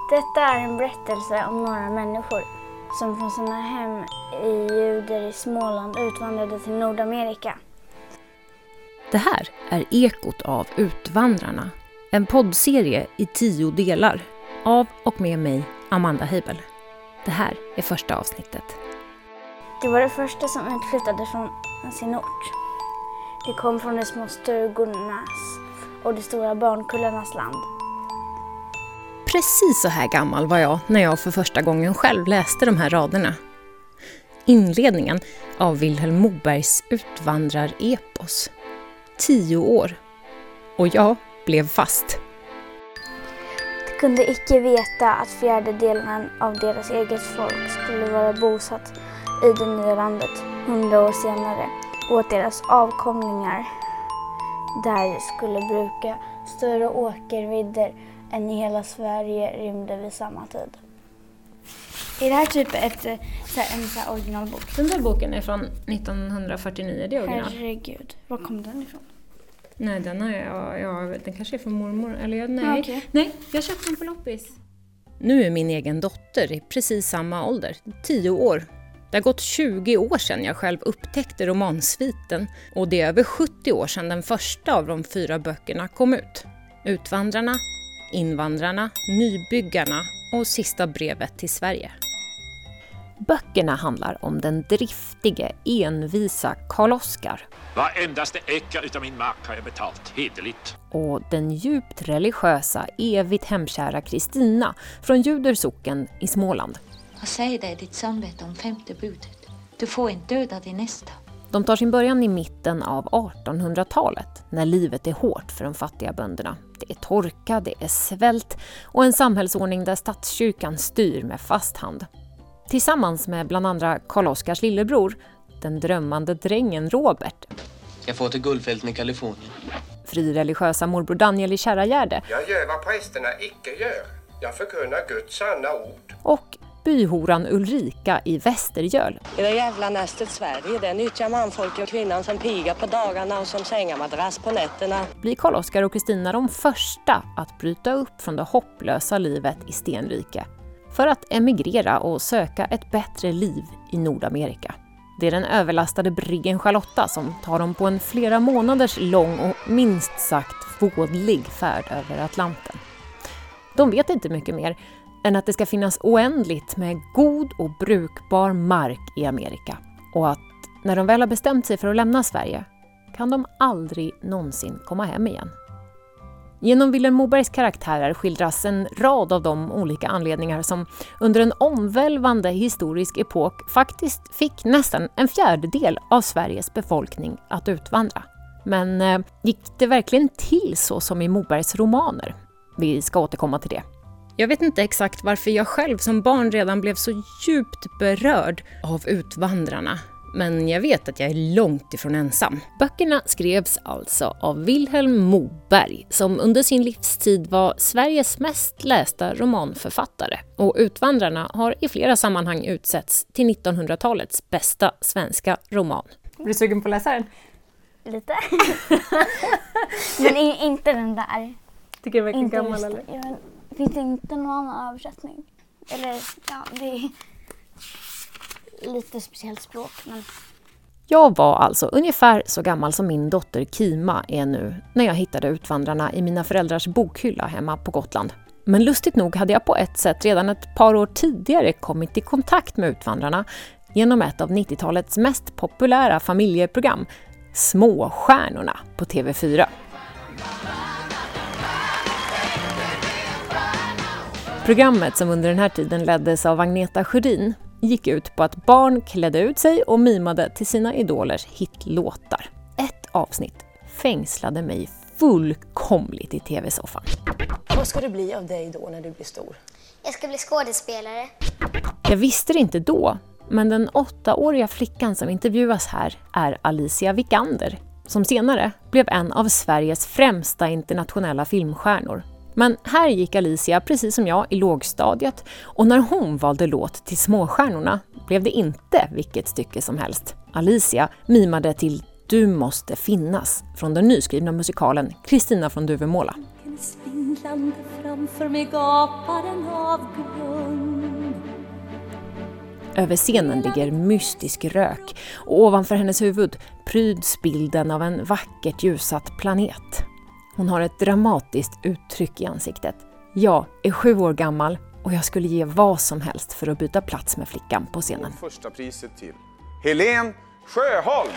Detta är en berättelse om några människor som från sina hem i Ljuder i Småland utvandrade till Nordamerika. Det här är Ekot av Utvandrarna, en poddserie i 10 delar av och med mig, Amanda Heibel. Det här är första avsnittet. Det var det första som utflyttade från sin ort. Det kom från de små stugornas och de stora barnkullarnas land. Precis så här gammal var jag när jag för första gången själv läste de här raderna. Inledningen av Vilhelm Mobergs utvandrar-epos. 10 år. Och jag blev fast. De kunde icke veta att 4/4 av deras eget folk skulle vara bosatt i det nya landet 100 år senare och att deras avkomlingar där skulle bruka större åkervidder än i hela Sverige rymde vid samma tid. Är det här typ en originalbok? Den där boken är från 1949, det är original. Herregud, var kom den ifrån? Nej, den kanske är från mormor. Eller nej. Ja, okay. Nej, jag köpte den på loppis. Nu är min egen dotter i precis samma ålder, 10 år. Det har gått 20 år sedan jag själv upptäckte romansviten och det är över 70 år sedan den första av de 4 böckerna kom ut. Utvandrarna, invandrarna, nybyggarna och sista brevet till Sverige. Böckerna handlar om den driftige, envisa Karl-Oskar. Varendaste eka utav min mark har jag betalt, hederligt. Och den djupt religiösa, evigt hemkära Kristina från Ljudersocken i Småland. Vad säger dig ditt samvete om 5:e budet? Du får inte döda din nästa. De tar sin början i mitten av 1800-talet när livet är hårt för de fattiga bönderna. Det är torka, det är svält och en samhällsordning där statskyrkan styr med fast hand. Tillsammans med bland andra Karl-Oskars lillebror, den drömmande drängen Robert. Jag får till Guldfälten i Kalifornien. Frireligiösa morbror Daniel i Kärragärde. Jag gör vad prästerna icke gör. Jag förkunnar Guds sanna ord. Och byhoran Ulrika i Västergöl. I det jävla nästet Sverige, det nyttjar manfolk och kvinnan som pigar på dagarna och som sängamadrass på nätterna. Blir Karl-Oskar och Kristina de första att bryta upp från det hopplösa livet i Stenrike för att emigrera och söka ett bättre liv i Nordamerika. Det är den överlastade briggen Charlotta som tar dem på en flera månaders lång och minst sagt vådlig färd över Atlanten. De vet inte mycket mer än att det ska finnas oändligt med god och brukbar mark i Amerika. Och att när de väl har bestämt sig för att lämna Sverige kan de aldrig någonsin komma hem igen. Genom Vilhelm Mobergs karaktärer skildras en rad av de olika anledningar som under en omvälvande historisk epok faktiskt fick nästan 1/4 av Sveriges befolkning att utvandra. Men gick det verkligen till så som i Mobergs romaner? Vi ska återkomma till det. Jag vet inte exakt varför jag själv som barn redan blev så djupt berörd av utvandrarna. Men jag vet att jag är långt ifrån ensam. Böckerna skrevs alltså av Vilhelm Moberg som under sin livstid var Sveriges mest lästa romanförfattare. Och Utvandrarna har i flera sammanhang utsetts till 1900-talets bästa svenska roman. Är du sugen på att läsa den? Lite. Men inte den där. Tycker du verkligen inte gammal eller? Finns det inte någon annan översättning? Eller ja, det är lite speciellt språk. Men... Jag var alltså ungefär så gammal som min dotter Kima är nu när jag hittade Utvandrarna i mina föräldrars bokhylla hemma på Gotland. Men lustigt nog hade jag på ett sätt redan ett par år tidigare kommit i kontakt med Utvandrarna genom ett av 90-talets mest populära familjeprogram, Småstjärnorna på TV4. Programmet som under den här tiden leddes av Agneta Sjödin gick ut på att barn klädde ut sig och mimade till sina idolers hitlåtar. Ett avsnitt fängslade mig fullkomligt i tv-soffan. Vad ska det bli av dig då när du blir stor? Jag ska bli skådespelare. Jag visste det inte då, men den 8-åriga flickan som intervjuas här är Alicia Vikander, som senare blev en av Sveriges främsta internationella filmstjärnor. Men här gick Alicia precis som jag i lågstadiet och när hon valde låt till Småstjärnorna blev det inte vilket stycke som helst. Alicia mimade till Du måste finnas från den nyskrivna musikalen Kristina från Duvemåla. En spindel Cirklande framför mig gapar en avgrund. Över scenen ligger mystisk rök och ovanför hennes huvud pryds bilden av en vackert ljussatt planet. Hon har ett dramatiskt uttryck i ansiktet. Jag är 7 år gammal och jag skulle ge vad som helst för att byta plats med flickan på scenen. Första priset till Helen Sjöholm.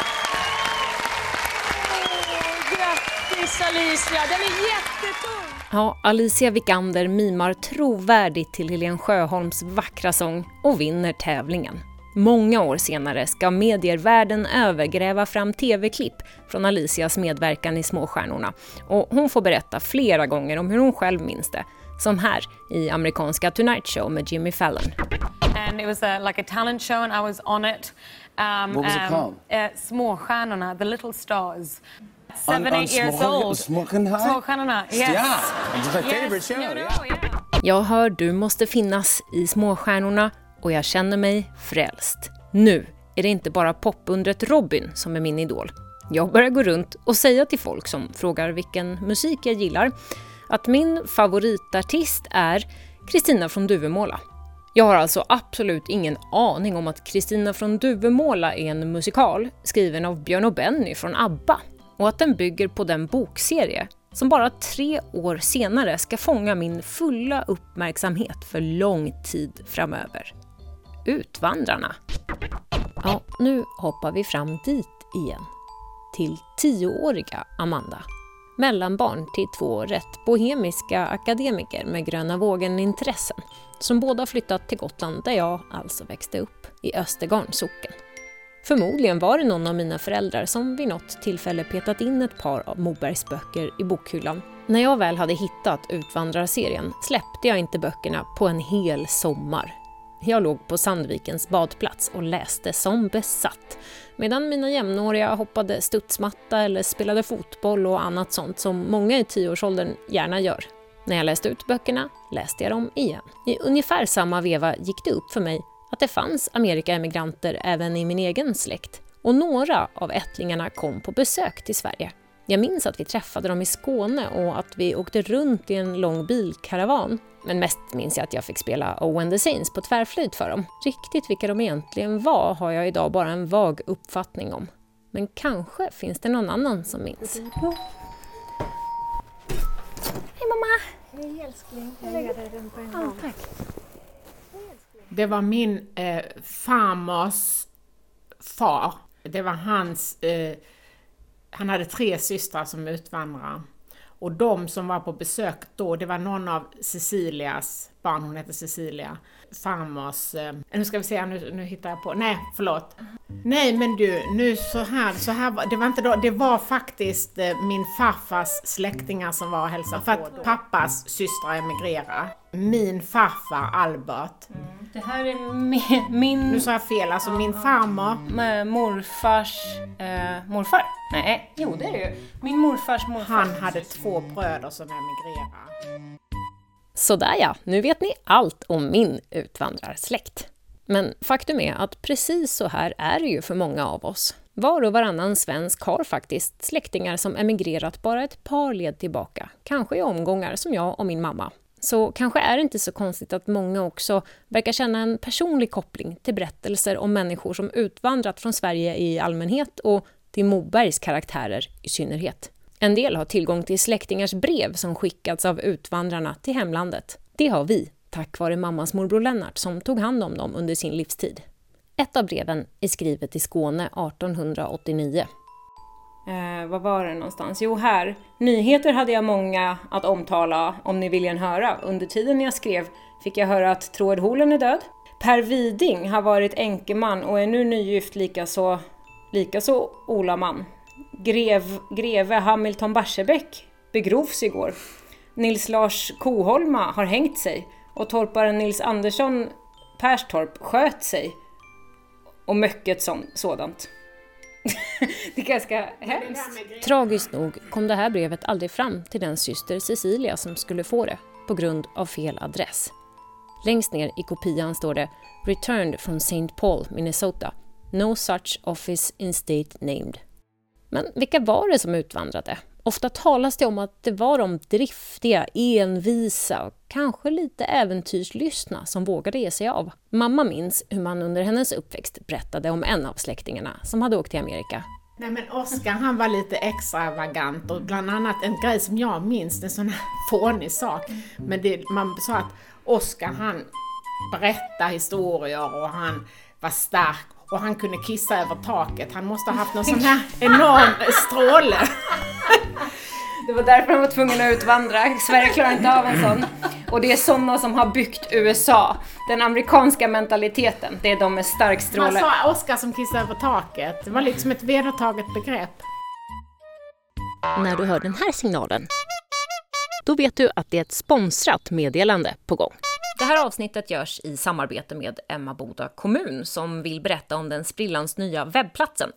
Grattis Alicia, den är jättetung! Ja, Alicia Vikander mimar trovärdigt till Helen Sjöholms vackra sång och vinner tävlingen. Många år senare ska medier världen över gräva fram tv-klipp från Alicias medverkan i Småstjärnorna. Och hon får berätta flera gånger om hur hon själv minns det. Som här i amerikanska Tonight Show med Jimmy Fallon. And it was like a talent show and I was on it. What was it called? Småstjärnorna, The Little Stars. 7-8 years old. Småstjärnorna? Yes. Yeah, it's my favorite show. Yeah. Jag hör Du måste finnas i Småstjärnorna och jag känner mig frälst. Nu är det inte bara popundret Robin som är min idol. Jag börjar gå runt och säga till folk som frågar vilken musik jag gillar att min favoritartist är Kristina från Duvemåla. Jag har alltså absolut ingen aning om att Kristina från Duvemåla är en musikal skriven av Björn och Benny från ABBA och att den bygger på den bokserie som bara 3 år senare ska fånga min fulla uppmärksamhet för lång tid framöver. Utvandrarna. Ja, nu hoppar vi fram dit igen. Till 10-åriga Amanda. Mellanbarn till 2 rätt bohemiska akademiker med gröna vågen-intressen som båda flyttat till Gotland där jag alltså växte upp, i Östergarn socken. Förmodligen var det någon av mina föräldrar som vid något tillfälle petat in ett par av Mobergs böcker i bokhyllan. När jag väl hade hittat Utvandrarserien släppte jag inte böckerna på en hel sommar. Jag låg på Sandvikens badplats och läste som besatt, medan mina jämnåriga hoppade studsmatta eller spelade fotboll och annat sånt som många i 10-årsåldern gärna gör. När jag läste ut böckerna läste jag dem igen. I ungefär samma veva gick det upp för mig att det fanns Amerikaemigranter även i min egen släkt. Och några av ättlingarna kom på besök till Sverige. Jag minns att vi träffade dem i Skåne och att vi åkte runt i en lång bilkaravan. Men mest minns jag att jag fick spela Oh and the Saints på tvärflöjt för dem. Riktigt vilka de egentligen var har jag idag bara en vag uppfattning om. Men kanske finns det någon annan som minns. Hej mamma! Hej älskling, jag lägger dig runt på en gång. Tack. Det var min farmors far. Det var hans... Han hade 3 systrar som utvandrare. Och de som var på besök då, det var någon av Cecilias barn, hon heter Cecilia. Farmors... nu ska vi se, nu hittar jag på... Nej, förlåt. Nej, men du, nu så här var, det var inte då, det var faktiskt min farfars släktingar som var och hälsade. För att pappas systrar emigrerade. Min farfar Albert. Det här är min... Nu sa jag fel, alltså min farmor. Morfars... morfar? Nej, jo det är det ju. Min morfars morfar. Han hade 2 bröder som emigrerade. Sådär ja, nu vet ni allt om min utvandrarsläkt. Men faktum är att precis så här är det ju för många av oss. Var och varannan svensk har faktiskt släktingar som emigrerat bara ett par led tillbaka. Kanske i omgångar som jag och min mamma. Så kanske är det inte så konstigt att många också verkar känna en personlig koppling till berättelser om människor som utvandrat från Sverige i allmänhet och till Mobergs karaktärer i synnerhet. En del har tillgång till släktingars brev som skickats av utvandrarna till hemlandet. Det har vi, tack vare mammas morbror Lennart som tog hand om dem under sin livstid. Ett av breven är skrivet i Skåne 1889. Vad var det någonstans? Jo, här. Nyheter hade jag många att omtala om ni vill höra. Under tiden jag skrev fick jag höra att Troed Holen är död. Per Widing har varit enkeman och är nu nygift likaså Ola Mann. Greve Hamilton Barsebäck begrovs igår. Nils Lars Koholma har hängt sig och torparen Nils Andersson Perstorp sköt sig. Och mycket sådant. Det är ganska hemskt. Tragiskt nog kom det här brevet aldrig fram till den syster Cecilia som skulle få det på grund av fel adress. Längst ner i kopian står det Returned from St. Paul, Minnesota. No such office in state named. Men vilka var det som utvandrade? Ofta talas det om att det var de driftiga, envisa och kanske lite äventyrslystna som vågade ge sig av. Mamma minns hur man under hennes uppväxt berättade om en av släktingarna som hade åkt till Amerika. Nej, men Oscar, han var lite extravagant och bland annat en grej som jag minns, en sån här fånig sak. Men man sa att Oscar, han berättade historier och han var stark och han kunde kissa över taket. Han måste ha haft någon sån här enorm stråle. Det var därför han var tvungen att utvandra. Sverige klarar inte av en sån. Och det är sådana som har byggt USA. Den amerikanska mentaliteten, det är de med stark stråle. Man sa Oscar som kissade över taket. Det var liksom ett vedertaget begrepp. När du hör den här signalen, då vet du att det är ett sponsrat meddelande på gång. Det här avsnittet görs i samarbete med Emmaboda kommun som vill berätta om den sprillans nya webbplatsen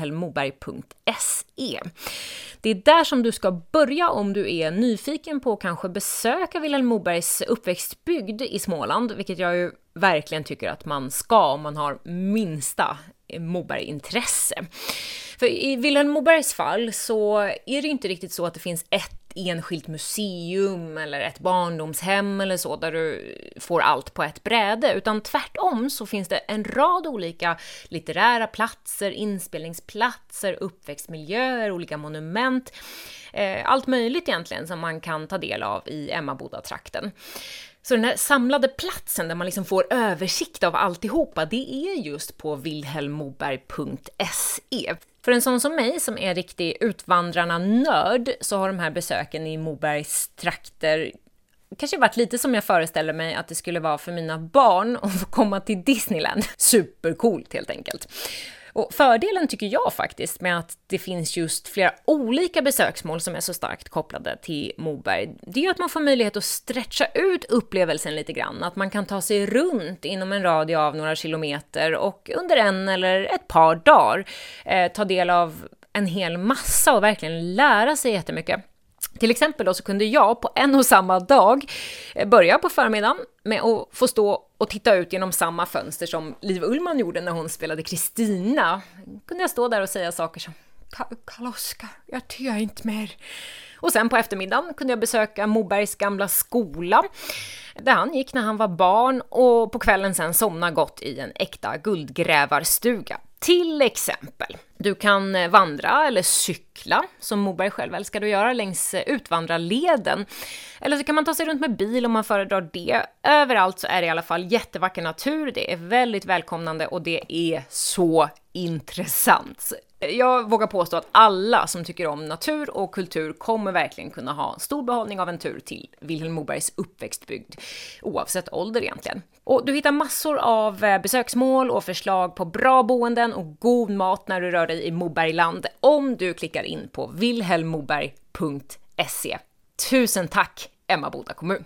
wilhelmmoberg.se. Det är där som du ska börja om du är nyfiken på att kanske besöka Vilhelm Mobergs uppväxtbygd i Småland, vilket jag ju verkligen tycker att man ska om man har minsta Moberg-intresse. För i Vilhelm Mobergs fall så är det inte riktigt så att det finns ett enskilt museum eller ett barndomshem eller så där du får allt på ett bräde, utan tvärtom så finns det en rad olika litterära platser, inspelningsplatser, uppväxtmiljöer, olika monument, allt möjligt egentligen som man kan ta del av i Emmaboda-trakten. Så den här samlade platsen där man liksom får översikt av alltihopa, det är just på wilhelmmoberg.se. För en sån som mig som är riktig utvandrarna-nörd så har de här besöken i Mobergs trakter kanske varit lite som jag föreställer mig att det skulle vara för mina barn att få komma till Disneyland. Supercoolt helt enkelt. Och fördelen tycker jag faktiskt med att det finns just flera olika besöksmål som är så starkt kopplade till Moberg, det är ju att man får möjlighet att stretcha ut upplevelsen lite grann. Att man kan ta sig runt inom en radie av några kilometer och under en eller ett par dagar ta del av en hel massa och verkligen lära sig jättemycket. Till exempel då så kunde jag på en och samma dag börja på förmiddagen med att få stå och titta ut genom samma fönster som Liv Ullmann gjorde när hon spelade Kristina. Kunde jag stå där och säga saker som Karl-Oskar, jag tycker inte mer. Och sen på eftermiddagen kunde jag besöka Mobergs gamla skola där han gick när han var barn och på kvällen sen somna gott i en äkta guldgrävarstuga. Till exempel, du kan vandra eller cykla som Moberg själv älskade att göra längs utvandrarleden. Eller så kan man ta sig runt med bil om man föredrar det. Överallt så är det i alla fall jättevacker natur, det är väldigt välkomnande och det är så intressant. Jag vågar påstå att alla som tycker om natur och kultur kommer verkligen kunna ha stor behållning av en tur till Vilhelm Mobergs uppväxtbygd, oavsett ålder egentligen. Och du hittar massor av besöksmål och förslag på bra boenden och god mat när du rör dig i Mobergland om du klickar in på wilhelmmoberg.se. Tusen tack, Emmaboda kommun!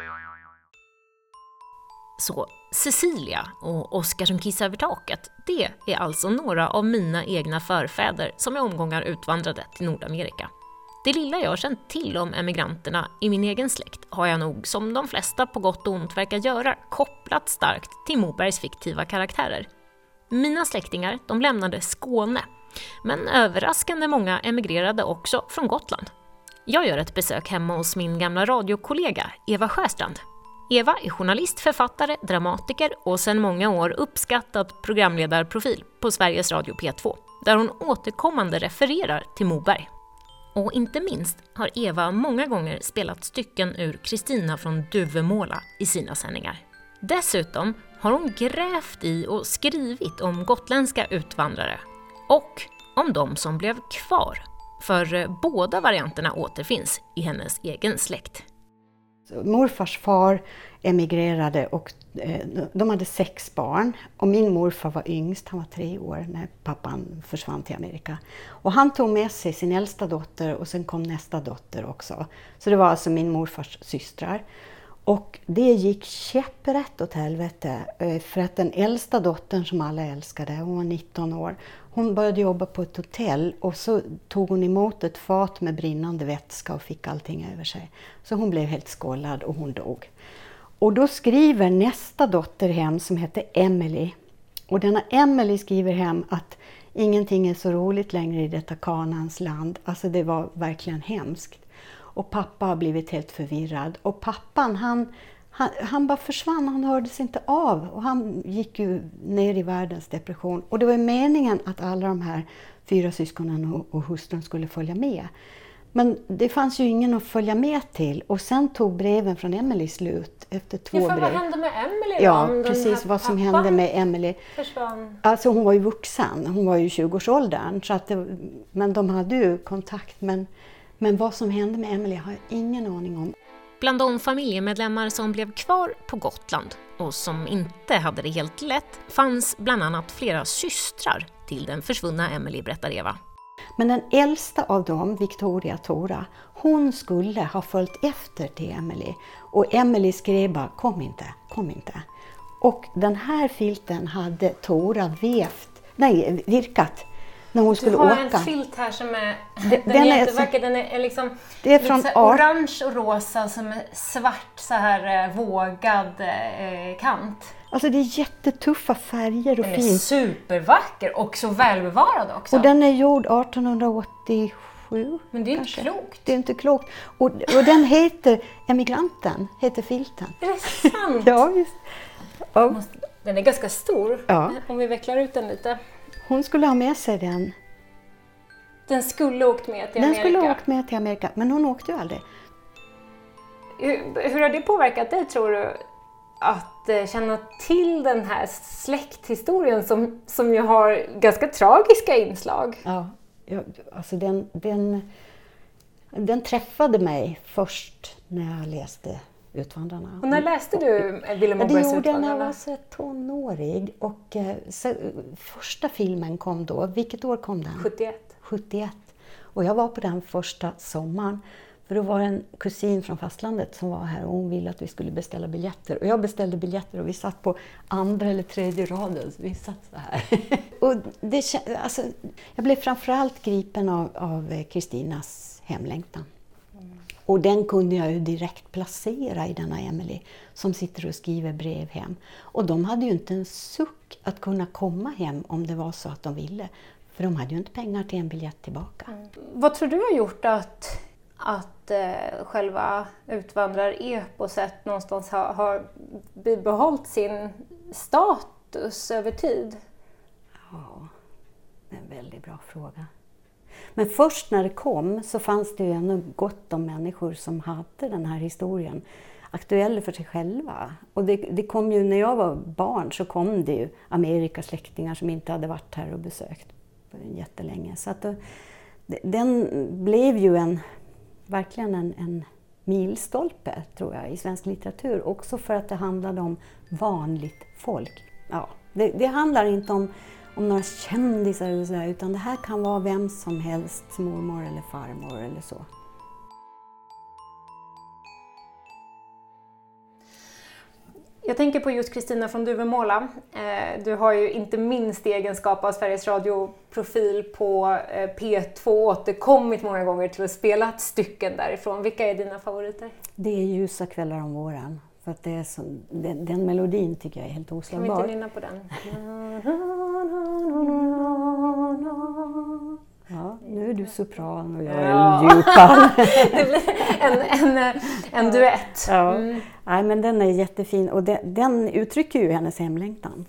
Så Cecilia och Oscar som kissar över taket, det är alltså några av mina egna förfäder som i omgångar utvandrade till Nordamerika. Det lilla jag har känt till om emigranterna i min egen släkt har jag nog, som de flesta på gott och ont verkar göra, kopplat starkt till Mobergs fiktiva karaktärer. Mina släktingar, de lämnade Skåne, men överraskande många emigrerade också från Gotland. Jag gör ett besök hemma hos min gamla radiokollega Eva Sjöstrand. Eva är journalist, författare, dramatiker och sedan många år uppskattad programledarprofil på Sveriges Radio P2, där hon återkommande refererar till Moberg. Och inte minst har Eva många gånger spelat stycken ur Kristina från Duvemåla i sina sändningar. Dessutom har hon grävt i och skrivit om gotländska utvandrare och om de som blev kvar, för båda varianterna återfinns i hennes egen släkt. Morfars far emigrerade och de hade 6 barn och min morfar var yngst, han var 3 år när pappan försvann till Amerika. Och han tog med sig sin äldsta dotter och sen kom nästa dotter också. Så det var alltså min morfars systrar. Och det gick käpprätt åt helvete för att den äldsta dottern som alla älskade, hon var 19 år. Hon började jobba på ett hotell och så tog hon emot ett fat med brinnande vätska och fick allting över sig. Så hon blev helt skållad och hon dog. Och då skriver nästa dotter hem som heter Emily. Och denna Emily skriver hem att Ingenting är så roligt längre i detta Kanaans land. Alltså det var verkligen hemskt. Och pappa har blivit helt förvirrad. Och pappan han bara försvann, han hördes inte av. Och han gick ju ner i världens depression. Och det var meningen att alla de här 4 syskonen och hustrun skulle följa med. Men det fanns ju ingen att följa med till. Och sen tog breven från Emily slut efter 2 brev. Vad hände med Emily då? Ja, precis vad som hände med Emily. Försvann. Alltså hon var ju vuxen, hon var ju 20-årsåldern. Så att men de hade ju kontakt. Men vad som hände med Emily har jag ingen aning om. Bland de familjemedlemmar som blev kvar på Gotland och som inte hade det helt lätt fanns bland annat flera systrar till den försvunna Emily, berättar Eva. Men den äldsta av dem, Victoria Tora, hon skulle ha följt efter till Emily. Och Emily skrev bara, kom inte. Och den här filten hade Tora virkat när hon skulle åka. Du har en filt här som är, den är jättevacker, den är liksom det är från orange och rosa som är svart så här vågad kant. Alltså det är jättetuffa färger och fint. Den är supervacker och så välbevarad också. Och den är gjord 1887. Men det är kanske. Inte klokt. Det är inte klokt. Och den heter Emigranten, heter filten. Är det sant? Ja, visst. Och, den är ganska stor, ja. Om vi vecklar ut den lite. Hon skulle ha med sig den. Den skulle åkt med till Amerika. Den skulle ha åkt med till Amerika, men hon åkte ju aldrig. Hur har det påverkat dig, tror du? Att känna till den här släkthistorien som ju har ganska tragiska inslag. Ja, alltså den träffade mig först när jag läste Utvandrarna. Och när läste du Vilhelm Mobergs Utvandrarna? Det gjorde jag när jag var så tonårig. Och första filmen kom då. Vilket år kom den? 71. Och jag var på den första sommaren. För då var det en kusin från fastlandet som var här och hon ville att vi skulle beställa biljetter. Och jag beställde biljetter och vi satt på 2:a eller 3:e raden. Så vi satt så här. Och jag blev framförallt gripen av Kristinas hemlängtan. Och den kunde jag ju direkt placera i denna Emily som sitter och skriver brev hem. Och de hade ju inte en suck att kunna komma hem om det var så att de ville. För de hade ju inte pengar till en biljett tillbaka. Vad tror du har gjort att själva utvandrareposet någonstans har bibehållit sin status över tid? Ja, det är en väldigt bra fråga. Men först när det kom så fanns det ju ännu gott om människor som hade den här historien aktuell för sig själva. Och det kom ju, när jag var barn så kom det ju Amerikasläktingar som inte hade varit här och besökt jättelänge. Så att den blev ju verkligen en milstolpe, tror jag, i svensk litteratur. Också för att det handlade om vanligt folk. Ja, det handlar inte om några kändisar eller sådär, utan det här kan vara vem som helst, mormor eller farmor eller så. Jag tänker på just Kristina från Duvemåla. Du har ju inte minst egenskap av Sveriges Radio-profil på P2 återkommit många gånger till att spela stycken därifrån. Vilka är dina favoriter? Det är Ljusa kvällar om våren. För att det är den melodin tycker jag är helt oslagbar. Kan vi inte nynna på den? Ja, nu är du sopran och jag är djupan. Det blir en duett. Ja. Nej, men den är jättefin och den uttrycker ju hennes hemlängtan.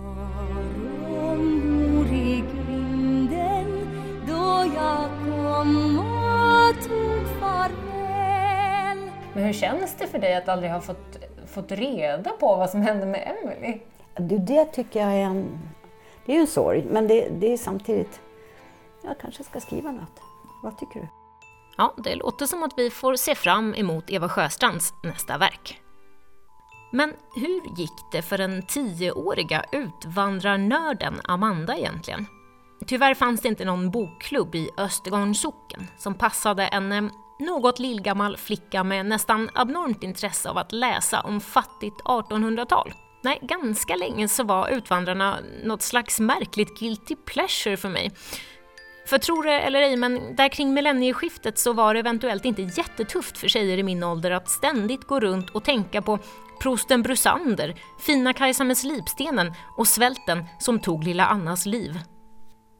Men hur känns det för dig att aldrig ha fått reda på vad som hände med Emily? Det tycker jag är en sorg, men det är samtidigt, jag kanske ska skriva något. Vad tycker du? Ja, det låter som att vi får se fram emot Eva Sjöstrands nästa verk. Men hur gick det för den 10-åriga utvandrarnörden Amanda egentligen? Tyvärr fanns det inte någon bokklubb i Östergarns socken som passade en något lillgammal flicka med nästan abnormt intresse av att läsa om fattigt 1800-tal. Nej, ganska länge så var Utvandrarna något slags märkligt guilty pleasure för mig. För tror det eller ej, men där kring millennieskiftet så var det eventuellt inte jättetufft för tjejer i min ålder att ständigt gå runt och tänka på prosten Brusander, fina Kajsa med slipstenen och svälten som tog lilla Annas liv.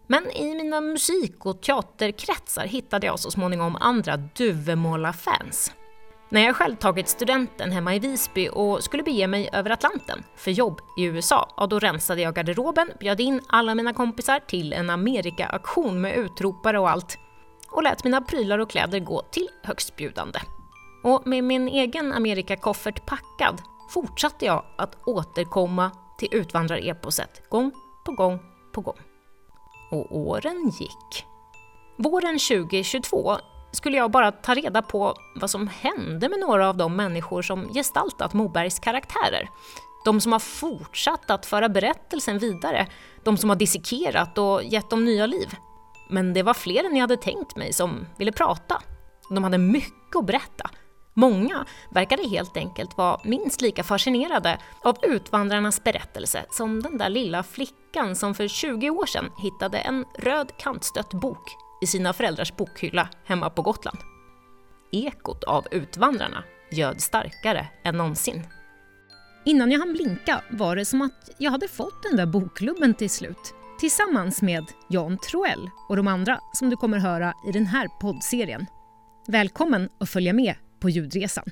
Men i mina musik- och teaterkretsar hittade jag så småningom andra Duvemåla-fans. När jag själv tagit studenten hemma i Visby och skulle bege mig över Atlanten för jobb i USA, då rensade jag garderoben, bjöd in alla mina kompisar till en Amerika-aktion med utropare och allt och lät mina prylar och kläder gå till högstbjudande. Och med min egen Amerika-koffert packad fortsatte jag att återkomma till utvandrareposet gång på gång på gång. Och åren gick. Våren 2022 skulle jag bara ta reda på vad som hände med några av de människor som gestaltat Mobergs karaktärer. De som har fortsatt att föra berättelsen vidare, de som har dissekerat och gett dem nya liv. Men det var fler än jag hade tänkt mig som ville prata. De hade mycket att berätta. Många verkade helt enkelt vara minst lika fascinerade av utvandrarnas berättelse som den där lilla flickan som för 20 år sedan hittade en röd kantstött bok i sina föräldrars bokhylla hemma på Gotland. Ekot av utvandrarna ljöd starkare än någonsin. Innan jag hann blinka var det som att jag hade fått den där bokklubben till slut. Tillsammans med Jan Troell och de andra som du kommer höra i den här poddserien. Välkommen att följa med på ljudresan.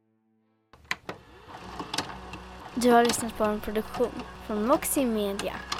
Du har lyssnat på en produktion från Moxie Media.